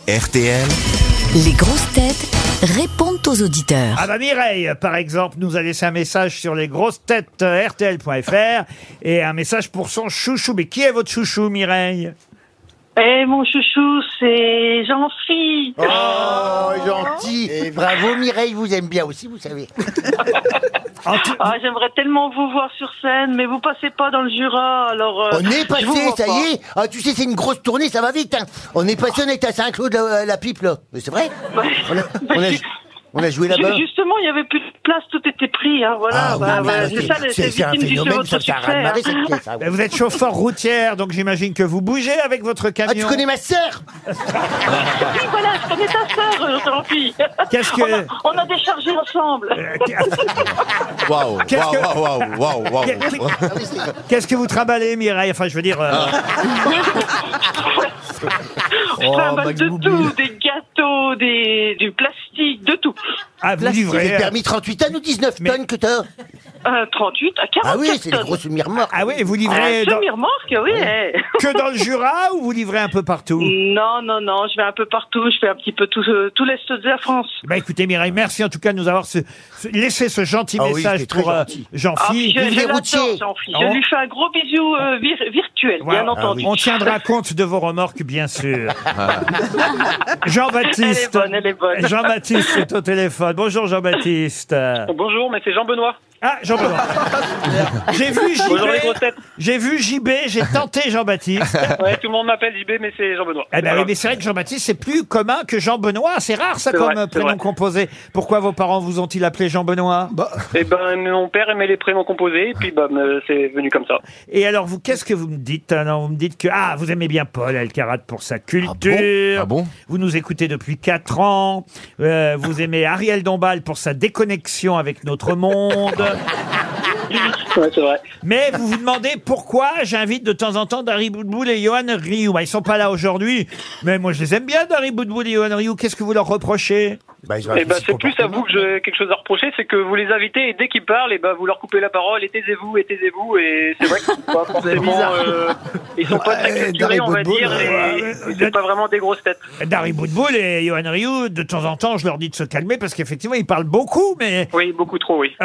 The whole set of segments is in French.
RTL. Les grosses têtes répondent aux auditeurs. Ah bah Mireille, par exemple, nous a laissé un message sur lesgrossetêtes.rtl.fr et un message pour son chouchou. Mais qui est votre chouchou, Mireille? Mon chouchou, c'est Jean-Phi. Oh, gentil. Et bravo, Mireille, vous aime bien aussi, vous savez. J'aimerais tellement vous voir sur scène, mais vous passez pas dans le Jura, alors... On est passé, ça y est. Ah, tu sais, c'est une grosse tournée, ça va vite. Hein. On est passé, on est à Saint-Claude-la-Pipe, là. Mais c'est vrai. On a joué là-bas. Justement, il y avait plus de place, tout était pris, hein, voilà. C'est ça, c'est un phénomène, ça a ramassé cette pièce. Hein. Vous êtes chauffeur routière, donc j'imagine que vous bougez avec votre camion. Ah, tu connais ma sœur? Oui, voilà, je connais ta sœur, Jean-Phi. Qu'est-ce que... On a déchargé ensemble. Waouh, waouh. Qu'est-ce que vous trimballez, Mireille? Enfin, je veux dire... Je trimballe de tout, des gâteaux, du plastique, de tout. Ah, vous C'est livrez... le permis 38 tonnes ou 19 tonnes que t'as? 38 à 44 Ah oui, c'est les tonnes. grosses semi-remorques. Ah oui, et vous livrez Semi-remorque, oui. que dans le Jura ou vous livrez un peu partout? Non, je vais un peu partout, je fais un petit peu tout l'Est de la France. Bah écoutez Mireille, merci en tout cas de nous avoir laissé ce gentil Ah oui, message c'est très pour gentil. Jean-Phi. Je Vive les l'adore, routiers. Jean-Phi. Je lui fais un gros bisou virtuel, Voilà. bien entendu. On tiendra compte de vos remorques, bien sûr. Jean-Baptiste. Elle est bonne. Jean-Baptiste est au téléphone. Bonjour Jean-Baptiste. Bonjour, mais c'est Jean-Benoît. Ah, Jean-Benoît. J'ai vu Bonjour les grosses JB, têtes. j'ai tenté Jean-Baptiste. Ouais, tout le monde m'appelle JB, mais c'est Jean-Benoît. Eh ben oui, mais c'est vrai que Jean-Baptiste, c'est plus commun que Jean-Benoît. C'est rare, ça, C'est comme vrai, c'est prénom vrai. composé. Pourquoi vos parents vous ont-ils appelé Jean-Benoît? Et ben, mon père aimait les prénoms composés, et puis c'est venu comme ça. Et alors, vous, qu'est-ce que vous me dites? Non, vous me dites que vous aimez bien Paul Elkarat pour sa culture. Ah bon? Vous nous écoutez depuis 4 ans. Vous aimez Ariel Dombal pour sa déconnexion avec notre monde. Ouais, c'est vrai. Mais vous vous demandez pourquoi j'invite de temps en temps Dari Boudboul et Johan Rioux. Bah, ils sont pas là aujourd'hui, mais moi je les aime bien, Dari Boudboul et Johan Rioux. Qu'est-ce que vous leur reprochez? Et ben, c'est plus à vous que j'ai quelque chose à reprocher, c'est que vous les invitez et dès qu'ils parlent, et ben, vous leur coupez la parole, et taisez-vous, et c'est vrai que c'est pas forcément, ils sont pas très culturés, on va dire, et c'est pas vraiment des grosses têtes. Dari Boudboul et Johan Rioux, de temps en temps, je leur dis de se calmer parce qu'effectivement, ils parlent beaucoup, mais... Oui, beaucoup trop, oui.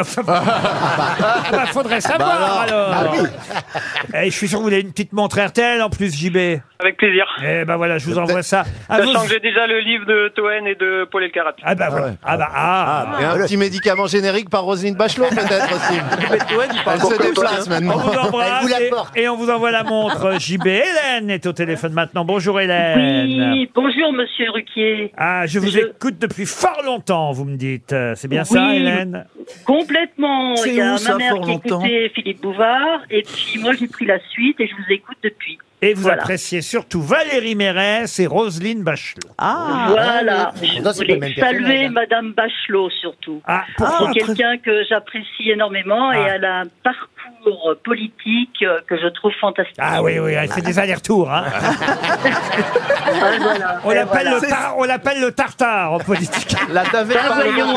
Faudrait savoir, alors. Et je suis sûr que vous avez une petite montre RTL en plus, JB. Avec plaisir. Eh ben voilà, je vous envoie ça. Sachant que j'ai déjà le livre de Toen et de Paul Elkarat. Ah bah voilà. Et un petit médicament générique par Roselyne Bachelot, peut-être aussi. Elle se déplace On maintenant. vous embrasse Elle vous l'apporte. et on vous envoie la montre JB. Hélène est au téléphone maintenant. Bonjour Hélène. Oui, bonjour Monsieur Ruquier. Ah, je vous écoute depuis fort longtemps, vous me dites. C'est bien ça, Oui. Hélène? Complètement. C'est Il y a où, ma ça, mère fort qui longtemps écoutait Philippe Bouvard, et puis moi j'ai pris la suite et je vous écoute depuis. Et vous Voilà. appréciez surtout Valérie Mérès et Roselyne Bachelot. Voilà. Je Non, c'est pas le voulais même saluer personnage, hein. Madame Bachelot surtout. Ah, C'est quelqu'un que j'apprécie énormément et elle a un parcours politique que je trouve fantastique. ah oui, elle fait des allers-retours. Hein. Voilà. On Et l'appelle voilà. on l'appelle le tartare en politique. La navette Ben voyons.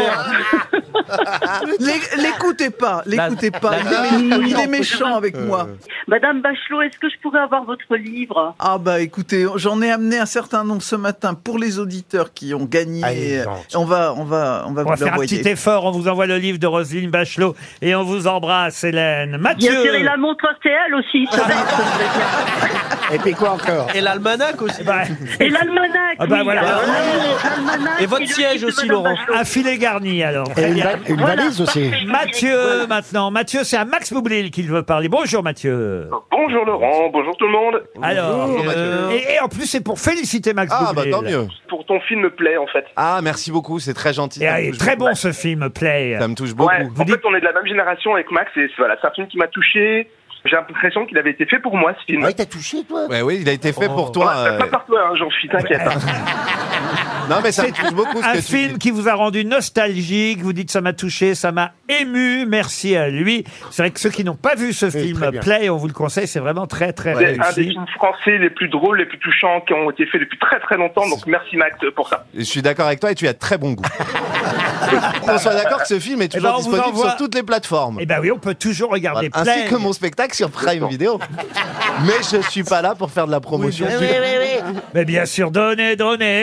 L'écoutez pas. Il est méchant avec moi. Madame Bachelot, est-ce que je pourrais avoir votre livre? Ah bah écoutez, j'en ai amené un certain nombre ce matin pour les auditeurs qui ont gagné. Allez, On va On vous va faire un l'envoyer. petit effort, on vous envoie le livre de Roselyne Bachelot et on vous embrasse, Hélène. Bien sûr, Mathieu. et la montre RTL aussi. Ça va être bien. Et puis quoi encore? Et l'almanach aussi. Bah, Et l'almanach. Ah bah oui. voilà. L'almanach Et votre le siège livre de aussi, Madame Laurent. Bachelot. un filet garni alors. Très Et bien. une valise aussi. Mathieu maintenant. Mathieu, c'est à Max Boublil qu'il veut parler. Bonjour Mathieu. Bonjour Laurent, bonjour tout le monde. Alors, Mathieu. et en plus c'est pour féliciter Max Ah, bah Boublil. tant mieux. Pour ton film Play, en fait. Ah, merci beaucoup, c'est très gentil. Et Ça me allez, touche très beaucoup. bon ce film Play. Ça me touche beaucoup. Ouais, en fait, on est de la même génération avec Max, et voilà, c'est un film qui m'a touché. J'ai l'impression qu'il avait été fait pour moi, ce film. Ouais, t'as touché, toi? Ouais, oui, il a été fait pour toi. Pas par toi, hein, j'en suis, t'inquiète. Non, mais ça me touche beaucoup ce Un que tu film dis. qui vous a rendu nostalgique, vous dites ça m'a touché, ça m'a ému, merci à lui. C'est vrai que ceux qui n'ont pas vu ce film très bien. Play, on vous le conseille, c'est vraiment très très C'est un des réussi. films français les plus drôles, les plus touchants qui ont été faits depuis très très longtemps, donc merci Max pour ça. Je suis d'accord avec toi et tu as très bon goût. On soit d'accord que ce film est toujours ben, on vous disponible envoie- sur toutes les plateformes. Eh ben oui, on peut toujours regarder Voilà. Play. Ainsi que mon spectacle sur Prime Video. Mais je suis pas là pour faire de la promotion. Oui. Mais bien sûr, donnez.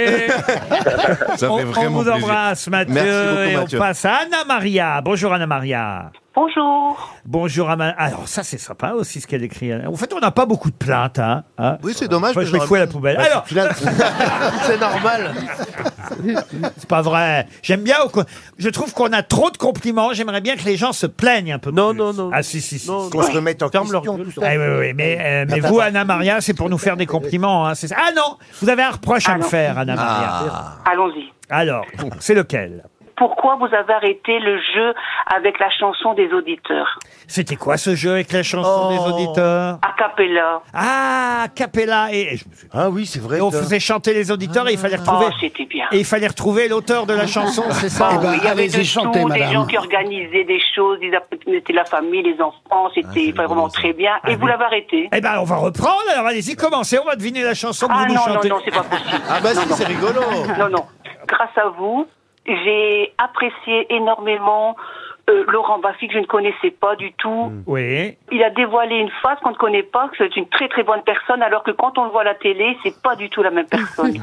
Ça On fait vraiment vous plaisir. embrasse, Mathieu. Merci beaucoup, et Mathieu. on passe à Anna-Maria. Bonjour, Anna-Maria. Bonjour. Bonjour, Alors, ça, c'est sympa aussi, ce qu'elle écrit. En fait, on n'a pas beaucoup de plaintes, hein. Oui, c'est dommage. Enfin, mais je les j'aurais fous à la pu- poubelle. Bah, Alors, C'est normal. c'est pas vrai. J'aime bien. Je trouve qu'on a trop de compliments. J'aimerais bien que les gens se plaignent un peu plus. Non. Ah, si. Qu'on se remette en Ferme leur question. gueule. tout ça. Ah, oui. Mais vous, Anna-Maria, c'est pour nous faire des compliments. Hein, c'est ça. Ah non, vous avez un reproche à me faire, Anna-Maria. Allons-y. Alors, c'est lequel? Pourquoi vous avez arrêté le jeu avec la chanson des auditeurs? C'était quoi ce jeu avec la chanson des auditeurs? A cappella. Ah, Capella. Et Ah oui, c'est vrai. on ça. faisait chanter les auditeurs et il fallait retrouver. Oh, c'était bien. Et il fallait retrouver l'auteur de la chanson, c'est ça? Oh, oui, il y avait de tout, des gens qui organisaient des choses, c'était la famille, les enfants, c'était vraiment très bien. Et vous l'avez arrêté? Eh ben, on va reprendre. Alors, allez-y, commencez. On va deviner la chanson que Ah vous nous non, chantez. non, c'est pas possible. Ah bah si, c'est rigolo. Non. Grâce à vous, j'ai apprécié énormément Laurent Baffy, que je ne connaissais pas du tout. Oui. Il a dévoilé une face qu'on ne connaît pas, que c'est une très très bonne personne, alors que quand on le voit à la télé, c'est pas du tout la même personne.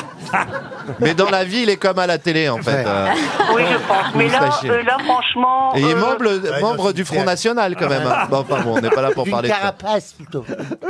Mais dans la vie, il est comme à la télé, en fait. Oui, je pense. Mais là, Sachez. là, franchement... Et il est membre non, du c'est Front National, quand même. hein. Bon, enfin bon, on n'est pas là pour Une parler de ça. carapace, plutôt.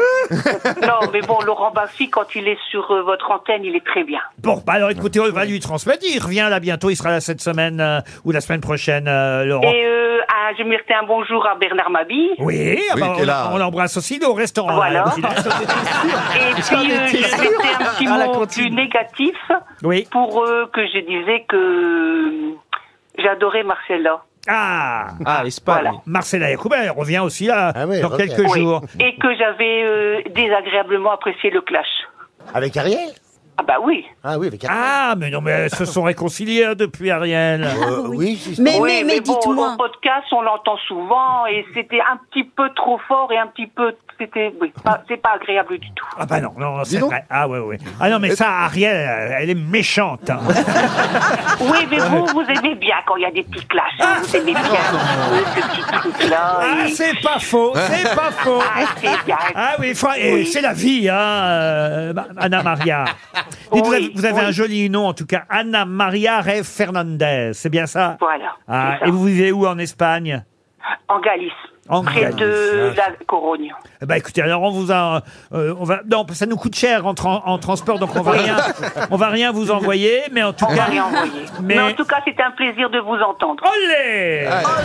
Non, mais bon, Laurent Baffy, quand il est sur votre antenne, il est très bien. Bon, bah alors écoutez, on va lui transmettre. Il revient là bientôt. Il sera là cette semaine ou la semaine prochaine, Laurent. Et je me un bonjour à Bernard Mabille. Oui, ah bah, qui est là. on l'embrasse aussi. Il est au restaurant. Voilà. là, il reste- Et puis, je mettais un petit mot plus négatif Oui. pour que je disais que j'adorais Marcella. Ah, Espagne. Voilà. Marcella Yacoub, elle revient aussi là Ah oui, dans revient. quelques Oui. jours. Et que j'avais désagréablement apprécié le clash. Avec Ariel Ah bah oui. Ah oui, avec Ariel. Ah, mais non, mais elles se sont réconciliées hein, depuis Ariel. Oui, c'est ça. Oui, mais bon, dites-moi. en podcast, on l'entend souvent et c'était un petit peu trop fort et un petit peu... c'est pas agréable du tout. Ah bah non, c'est donc. vrai. Ah ouais. Ah non, mais ça, Ariel, elle est méchante. hein. Oui, mais vous aimez bien quand il y a des petits clashs. Hein, vous aimez bien ce petit truc-là. Ah, et- c'est pas faux, c'est pas faux. Ah, c'est bien. Ah oui, et c'est la vie, hein, Anna Maria. Dites, Oui, vous avez oui. un joli nom, en tout cas, Anna Maria Rey Fernandez, c'est bien ça? Voilà. Ah, c'est ça. et vous vivez où en Espagne? En Galice. En Près Galice. de la Corogne. Eh ben, écoutez, alors on vous a, non, ça nous coûte cher en transport, donc on va rien vous envoyer, mais en tout On cas, va rien envoyer. mais Mais en tout cas, c'était un plaisir de vous entendre. olé!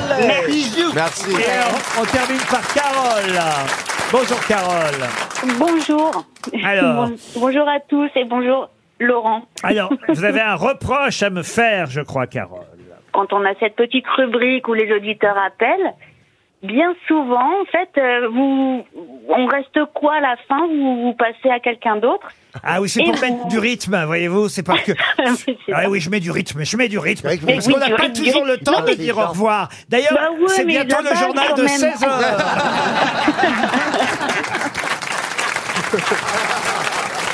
Merci. Et alors, on termine par Carole. Bonjour Carole. Bonjour. Alors. Bonjour à tous et bonjour Laurent. Alors, vous avez un reproche à me faire, je crois, Carole. Quand on a cette petite rubrique où les auditeurs appellent, bien souvent, en fait, on reste quoi à la fin? Vous passez à quelqu'un d'autre? Ah oui, c'est pour Et mettre vous- du rythme, voyez-vous, c'est parce que... C'est Ah ça. oui, je mets du rythme. Parce Mais qu'on oui, n'a du pas rythme, toujours du le rythme. temps Non, de mais dire c'est au ça. revoir. D'ailleurs, Bah ouais, c'est mais bientôt la le base, journal quand de même. 16 heures.